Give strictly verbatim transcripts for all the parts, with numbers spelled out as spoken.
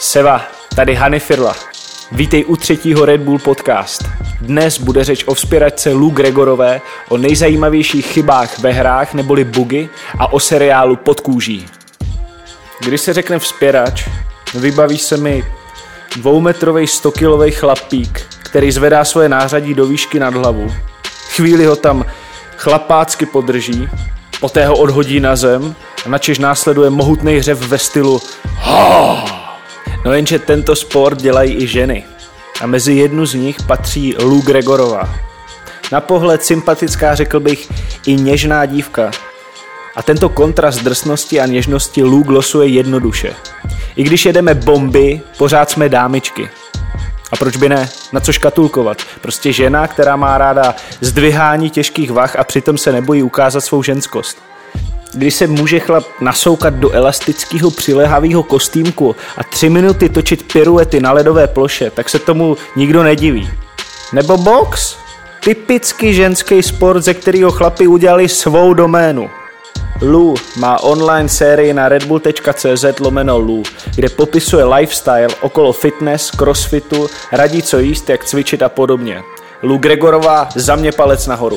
Seva, tady Hany Firla. Vítej u třetího Red Bull podcast. Dnes bude řeč o vzpěračce Lou Gregorové, o nejzajímavějších chybách ve hrách neboli bugy a o seriálu Pod kůží. Když se řekne vzpěrač, vybaví se mi dvoumetrovej stokilovej chlapík, který zvedá svoje nářadí do výšky nad hlavu. Chvíli ho tam chlapácky podrží, poté ho odhodí na zem a načež následuje mohutný hřev ve stylu Ho! No jenže tento sport dělají i ženy a mezi jednu z nich patří Lou Gregorová. Na pohled sympatická, řekl bych, i něžná dívka. A tento kontrast drsnosti a něžnosti Lou glosuje jednoduše. I když jedeme bomby, pořád jsme dámičky. A proč by ne? Na co škatulkovat? Prostě žena, která má ráda zdvihání těžkých vah a přitom se nebojí ukázat svou ženskost. Když se může chlap nasoukat do elastického přilehavého kostýmku a tři minuty točit piruety na ledové ploše, tak se tomu nikdo nediví. Nebo box? Typicky ženský sport, ze kterého chlapi udělali svou doménu. Lou má online sérii na redbull tečka cz lomeno Lou, kde popisuje lifestyle okolo fitness, crossfitu, radí co jíst, jak cvičit a podobně. Lou Gregorová, za mě palec nahoru.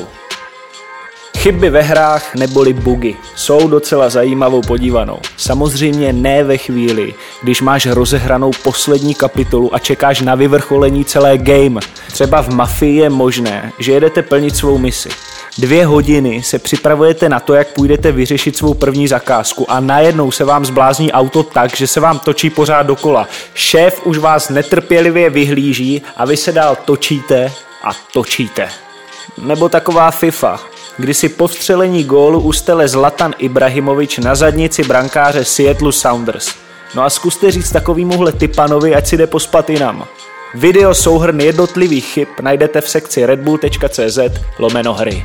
Chyby ve hrách neboli bugy jsou docela zajímavou podívanou. Samozřejmě ne ve chvíli, když máš rozehranou poslední kapitolu a čekáš na vyvrcholení celé game. Třeba v Mafii je možné, že jedete plnit svou misi. Dvě hodiny se připravujete na to, jak půjdete vyřešit svou první zakázku a najednou se vám zblázní auto tak, že se vám točí pořád dokola. Šéf už vás netrpělivě vyhlíží a vy se dál točíte a točíte. Nebo taková FIFA, kdy si po vstřelení gólu ustele Zlatan Ibrahimovič na zadnici brankáře Seattle Sounders. No a zkuste říct takovýmuhle typanovi, ať si jde pospat jinam. Video souhrn jednotlivých chyb najdete v sekci redbull tečka cz lomeno hry.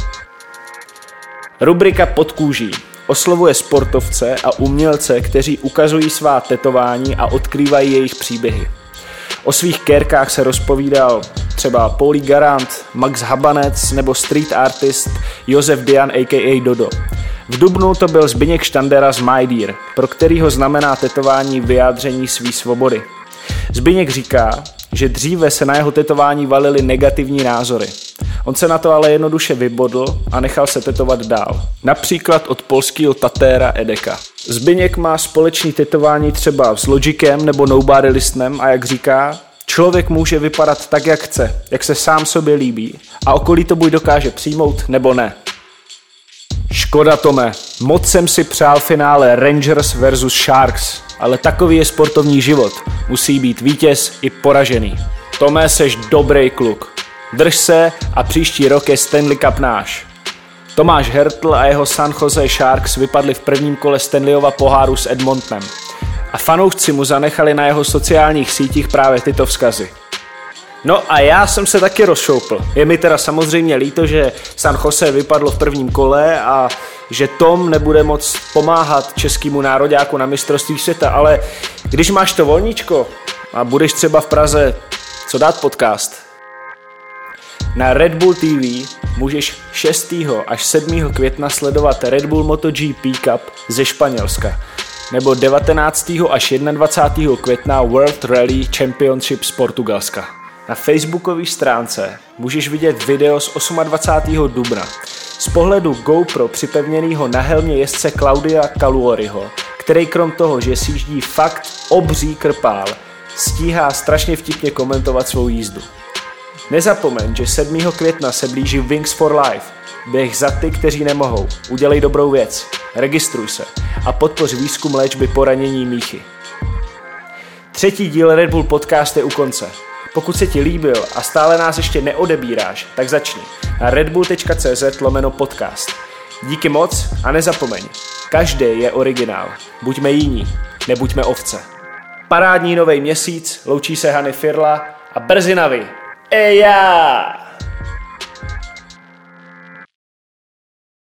Rubrika Pod kůží oslovuje sportovce a umělce, kteří ukazují svá tetování a odkrývají jejich příběhy. O svých kérkách se rozpovídal třeba Paulí Garant, Max Habanec nebo street artist Josef Dian a k a. Dodo. V dubnu to byl Zbyněk Štandera z My Dear, pro kterýho znamená tetování vyjádření své svobody. Zbyněk říká, že dříve se na jeho tetování valily negativní názory. On se na to ale jednoduše vybodl a nechal se tetovat dál. Například od polského tatéra Edeka. Zbyněk má společný tetování třeba s Logicem nebo Nobody Listenem a jak říká, člověk může vypadat tak, jak chce, jak se sám sobě líbí a okolí to buď dokáže přijmout nebo ne. Škoda, Tome, moc jsem si přál finále Rangers versus Sharks, ale takový je sportovní život. Musí být vítěz i poražený. Tome, seš dobrý kluk. Drž se a příští rok je Stanley Cup náš. Tomáš Hertl a jeho San Jose Sharks vypadli v prvním kole Stanleyova poháru s Edmontonem. A fanoušci mu zanechali na jeho sociálních sítích právě tyto vzkazy. No a já jsem se taky rozšoupl. Je mi teda samozřejmě líto, že San Jose vypadlo v prvním kole a že Tom nebude moc pomáhat českému nároďáku na mistrovství světa, ale když máš to volníčko a budeš třeba v Praze, co dát podcast? Na Red Bull T V můžeš šestého až sedmého května sledovat Red Bull MotoGP Cup ze Španělska nebo devatenáctého až dvacátého prvního května World Rally Championship z Portugalska. Na facebookové stránce můžeš vidět video z dvacátého osmého dubna z pohledu GoPro připevněného na helmě jezdce Claudia Caluoriho, který krom toho, že sjíždí fakt obří krpál, stíhá strašně vtipně komentovat svou jízdu. Nezapomeň, že sedmého května se blíží Wings for Life, běh za ty, kteří nemohou. Udělej dobrou věc, registruj se a podpoř výzkum léčby poranění míchy. Třetí díl Red Bull podcast je u konce. Pokud se ti líbil a stále nás ještě neodebíráš, tak začni na redbull tečka cz lomeno podcast. Díky moc a nezapomeň, každý je originál. Buďme jiní, nebuďme ovce. Parádní nový měsíc, loučí se Hany Firla a brzy na vy. Eja!